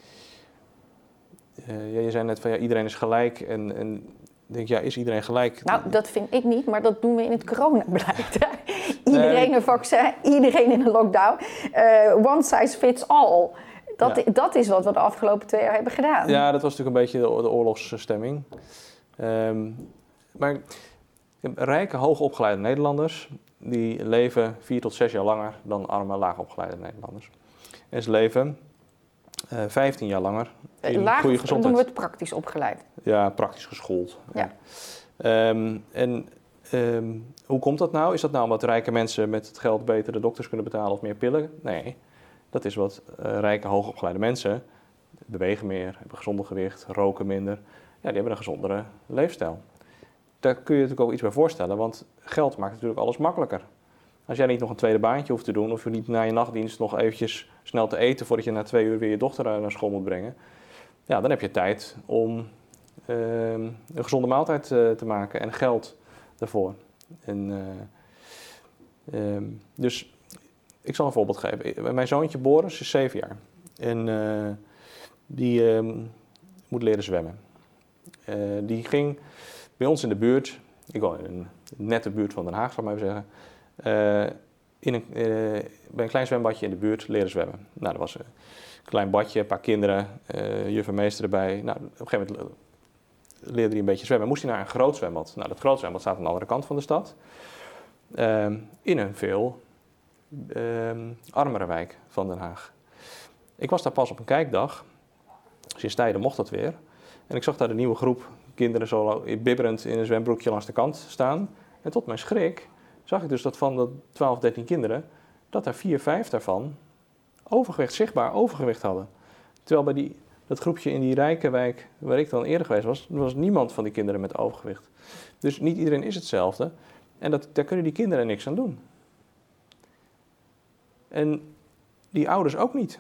uh, ja, je zei net van ja, iedereen is gelijk. En, en ik denk, ja, is iedereen gelijk? Nou, dat vind ik niet, maar dat doen we in het coronabeleid. Iedereen nee. een vaccin, iedereen in een lockdown. Uh, one size fits all. Dat, ja. dat is wat we de afgelopen twee jaar hebben gedaan. Ja, dat was natuurlijk een beetje de, de oorlogsstemming. Um, maar rijke, hoogopgeleide Nederlanders, die leven vier tot zes jaar langer dan arme, laagopgeleide Nederlanders. En ze leven uh, vijftien jaar langer in Laag, goede gezondheid. Noemen we het praktisch opgeleid. Ja, praktisch geschoold. Ja. Ja. Um, en um, hoe komt dat nou? Is dat nou omdat rijke mensen met het geld beter de dokters kunnen betalen of meer pillen? Nee. Dat is wat uh, rijke, hoogopgeleide mensen bewegen meer, hebben gezonder gewicht, roken minder. Ja, die hebben een gezondere leefstijl. Daar kun je natuurlijk ook iets bij voorstellen, want geld maakt natuurlijk alles makkelijker. Als jij niet nog een tweede baantje hoeft te doen, of je niet na je nachtdienst nog eventjes snel te eten voordat je na twee uur weer je dochter naar school moet brengen. ja, dan heb je tijd om uh, een gezonde maaltijd uh, te maken en geld daarvoor. En, uh, um, dus ik zal een voorbeeld geven. Mijn zoontje Boris is zeven jaar. En uh, die uh, moet leren zwemmen. Uh, die ging bij ons in de buurt, ik woon in een nette buurt van Den Haag, zal ik maar even zeggen, uh, in een, uh, bij een klein zwembadje in de buurt leren zwemmen. Nou, dat was een klein badje, een paar kinderen, uh, juf en meester erbij. Nou, op een gegeven moment leerde hij een beetje zwemmen. Moest hij naar een groot zwembad. Nou, dat groot zwembad staat aan de andere kant van de stad. Uh, in een veel uh, armere wijk van Den Haag. Ik was daar pas op een kijkdag. Sinds tijden mocht dat weer. En ik zag daar de nieuwe groep kinderen zo bibberend in een zwembroekje langs de kant staan. En tot mijn schrik zag ik dus dat van de twaalf, dertien kinderen, dat er vier, vijf daarvan overgewicht, zichtbaar overgewicht hadden. Terwijl bij die, dat groepje in die rijke wijk waar ik dan eerder geweest was, was niemand van die kinderen met overgewicht. Dus niet iedereen is hetzelfde. En dat, daar kunnen die kinderen niks aan doen. En die ouders ook niet.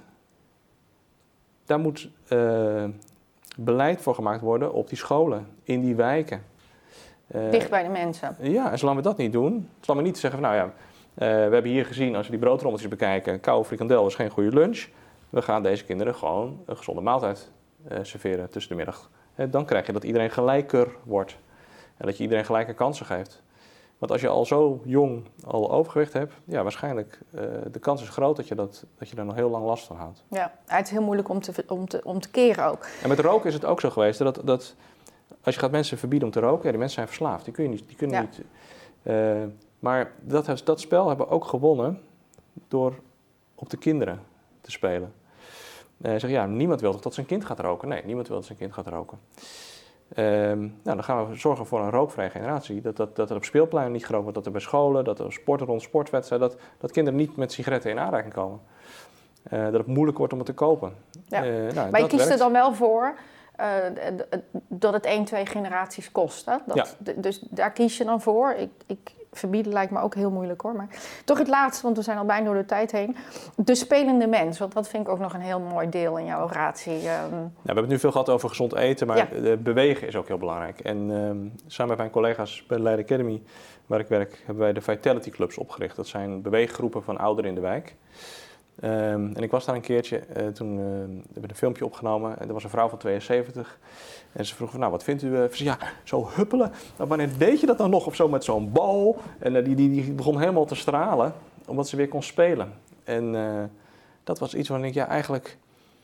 Daar moet uh, beleid voor gemaakt worden op die scholen, in die wijken. Uh, Dicht bij de mensen. Ja, en zolang we dat niet doen, zolang we niet zeggen van nou ja, uh, we hebben hier gezien, als we die broodrommeltjes bekijken, koude frikandel is geen goede lunch. We gaan deze kinderen gewoon een gezonde maaltijd uh, serveren tussen de middag. Uh, dan krijg je dat iedereen gelijker wordt. En dat je iedereen gelijke kansen geeft. Want als je al zo jong al overgewicht hebt, ja, waarschijnlijk uh, de kans is groot dat je, dat, dat je daar nog heel lang last van houdt. Ja, het is heel moeilijk om te, om te, om te keren ook. En met roken is het ook zo geweest dat, dat als je gaat mensen verbieden om te roken, ja, die mensen zijn verslaafd. Die, kun je niet, die kunnen ja. niet. Uh, maar dat, dat spel hebben we ook gewonnen door op de kinderen te spelen. Uh, zeg, ja, niemand wil toch dat zijn kind gaat roken? Nee, niemand wil dat zijn kind gaat roken. Um, nou, dan gaan we zorgen voor een rookvrije generatie. Dat, dat, dat er op speelpleinen niet gerookt wordt, dat er bij scholen, dat er sporten rond sportwedstrijden, dat, dat kinderen niet met sigaretten in aanraking komen. Uh, dat het moeilijk wordt om het te kopen. Ja. Uh, nou, maar je kiest er dan wel voor uh, dat het één, twee generaties kost. Hè? Dat, ja. d- dus daar kies je dan voor. Ik, ik, verbieden lijkt me ook heel moeilijk hoor. Maar toch het laatste, want we zijn al bijna door de tijd heen. De spelende mens, want dat vind ik ook nog een heel mooi deel in jouw oratie. Um... Ja, we hebben het nu veel gehad over gezond eten, maar ja. bewegen is ook heel belangrijk. En um, samen met mijn collega's bij de Leiden Academy, waar ik werk, hebben wij de Vitality Clubs opgericht. Dat zijn beweeggroepen van ouderen in de wijk. Um, en ik was daar een keertje, uh, toen uh, hebben we een filmpje opgenomen en er was een vrouw van tweeënzeventig en ze vroeg van, nou wat vindt u? Uh, ze zei, ja, zo huppelen, nou, wanneer deed je dat dan nog? Of zo met zo'n bal? En uh, die, die, die begon helemaal te stralen, omdat ze weer kon spelen. En uh, dat was iets waarin ik, ja eigenlijk,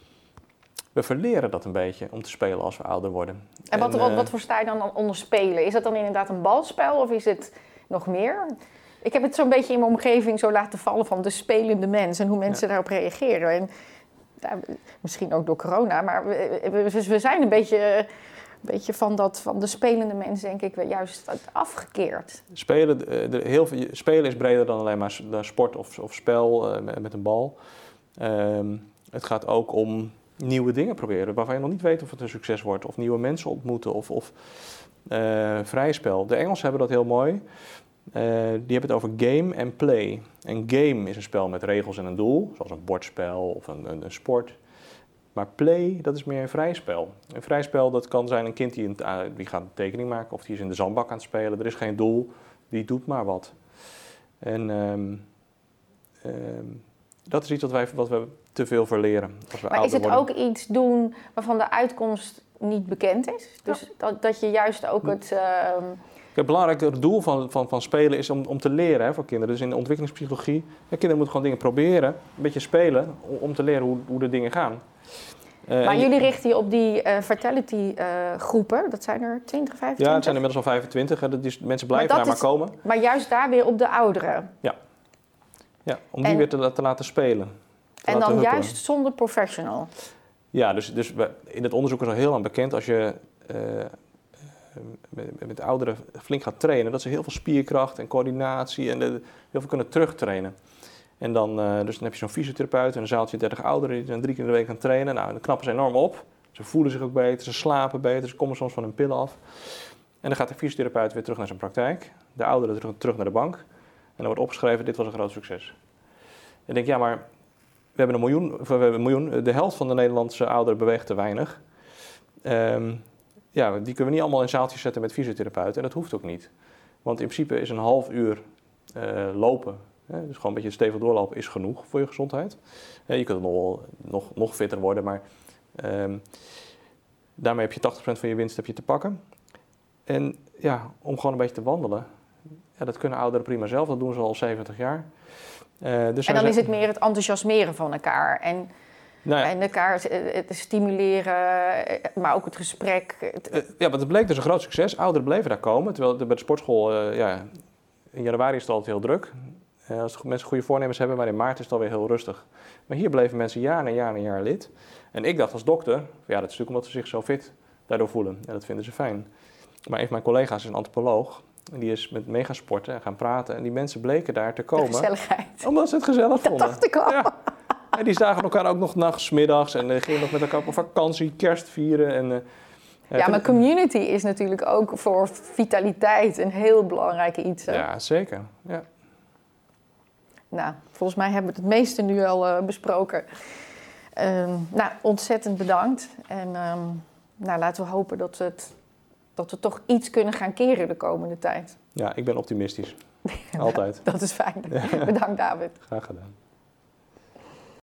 we verleren dat een beetje om te spelen als we ouder worden. En wat, en, uh, wat, wat versta je dan onder spelen? Is dat dan inderdaad een balspel of is het nog meer? Ik heb het zo'n beetje in mijn omgeving zo laten vallen van de spelende mens en hoe mensen ja. daarop reageren. En, ja, misschien ook door corona, maar we, we, we zijn een beetje, een beetje van, dat, van de spelende mens, denk ik, juist afgekeerd. Spelen, de, heel veel, spelen is breder dan alleen maar sport of, of spel uh, met, met een bal. Um, het gaat ook om nieuwe dingen proberen, waarvan je nog niet weet of het een succes wordt. Of nieuwe mensen ontmoeten of, of uh, vrij spel. De Engelsen hebben dat heel mooi. Uh, die hebben het over game en play. En game is een spel met regels en een doel, zoals een bordspel of een, een, een sport. Maar play, dat is meer een vrij spel. Een vrij spel, dat kan zijn een kind die, een, uh, die gaat een tekening maken of die is in de zandbak aan het spelen. Er is geen doel, die doet maar wat. En um, um, dat is iets wat, wij, wat we te veel verleren. Als we maar is het worden. ook iets doen waarvan de uitkomst niet bekend is? Dus ja. dat, dat je juist ook het... Uh, Het belangrijke doel van, van, van spelen is om, om te leren hè, voor kinderen. Dus in de ontwikkelingspsychologie, ja, kinderen moeten gewoon dingen proberen, een beetje spelen, om, om te leren hoe, hoe de dingen gaan. Uh, maar jullie je, richten je op die uh, Vitality uh, groepen, dat zijn er twintig, vijfentwintig? Ja, het zijn er inmiddels al vijfentwintig, hè, dus mensen blijven daar maar is, komen. Maar juist daar weer op de ouderen? Ja, ja om die en, weer te, te laten spelen. Te en laten dan huppelen. juist zonder professional? Ja, dus, dus we, in het onderzoek is al heel lang bekend, als je... Uh, Met, met ouderen flink gaat trainen, dat ze heel veel spierkracht en coördinatie en de, heel veel kunnen terugtrainen. En dan, uh, dus dan heb je zo'n fysiotherapeut en een zaaltje dertig ouderen die dan drie keer in de week gaan trainen. Nou, dan knappen ze enorm op. Ze voelen zich ook beter, ze slapen beter, ze komen soms van hun pillen af. En dan gaat de fysiotherapeut weer terug naar zijn praktijk, de ouderen terug, terug naar de bank. En dan wordt opgeschreven, dit was een groot succes. En ik denk, ja, maar we hebben een miljoen, we hebben een miljoen, de helft van de Nederlandse ouderen beweegt te weinig. Um, ja, die kunnen we niet allemaal in zaaltjes zetten met fysiotherapeuten. En dat hoeft ook niet. Want in principe is een half uur uh, lopen, hè, dus gewoon een beetje stevig doorlopen, is genoeg voor je gezondheid. Uh, je kunt nog, wel, nog, nog fitter worden, maar um, daarmee heb je tachtig procent van je winst heb je te pakken. En ja, om gewoon een beetje te wandelen, ja, dat kunnen ouderen prima zelf. Dat doen ze al zeventig jaar. Uh, dus en dan is het meer het enthousiasmeren van elkaar. En, nou ja. en elkaar het stimuleren, maar ook het gesprek. Het... Uh, ja, want het bleek dus een groot succes. Ouderen bleven daar komen. Terwijl bij de sportschool, uh, ja, in januari is het altijd heel druk. Uh, als mensen goede voornemens hebben, maar in maart is het alweer heel rustig. Maar hier bleven mensen jaar na jaar na jaar lid. En ik dacht als dokter, ja, dat is natuurlijk omdat ze zich zo fit daardoor voelen. En dat vinden ze fijn. Maar een van mijn collega's is een antropoloog. En die is met mee gaan sporten en gaan praten. En die mensen bleken daar te komen. De gezelligheid. Omdat ze het gezellig vonden. Dat dacht ik al. Ja. En die zagen elkaar ook nog 's nachts, middags. En uh, gingen nog met elkaar op vakantie, kerst vieren. En, uh, ja, maar community is natuurlijk ook voor vitaliteit een heel belangrijk iets. Hè? Ja, zeker. Ja. Nou, volgens mij hebben we het meeste nu al uh, besproken. Um, nou, ontzettend bedankt. En um, nou, laten we hopen dat we het... dat we toch iets kunnen gaan keren de komende tijd. Ja, ik ben optimistisch. Altijd. Dat is fijn. Ja. Bedankt, David. Graag gedaan.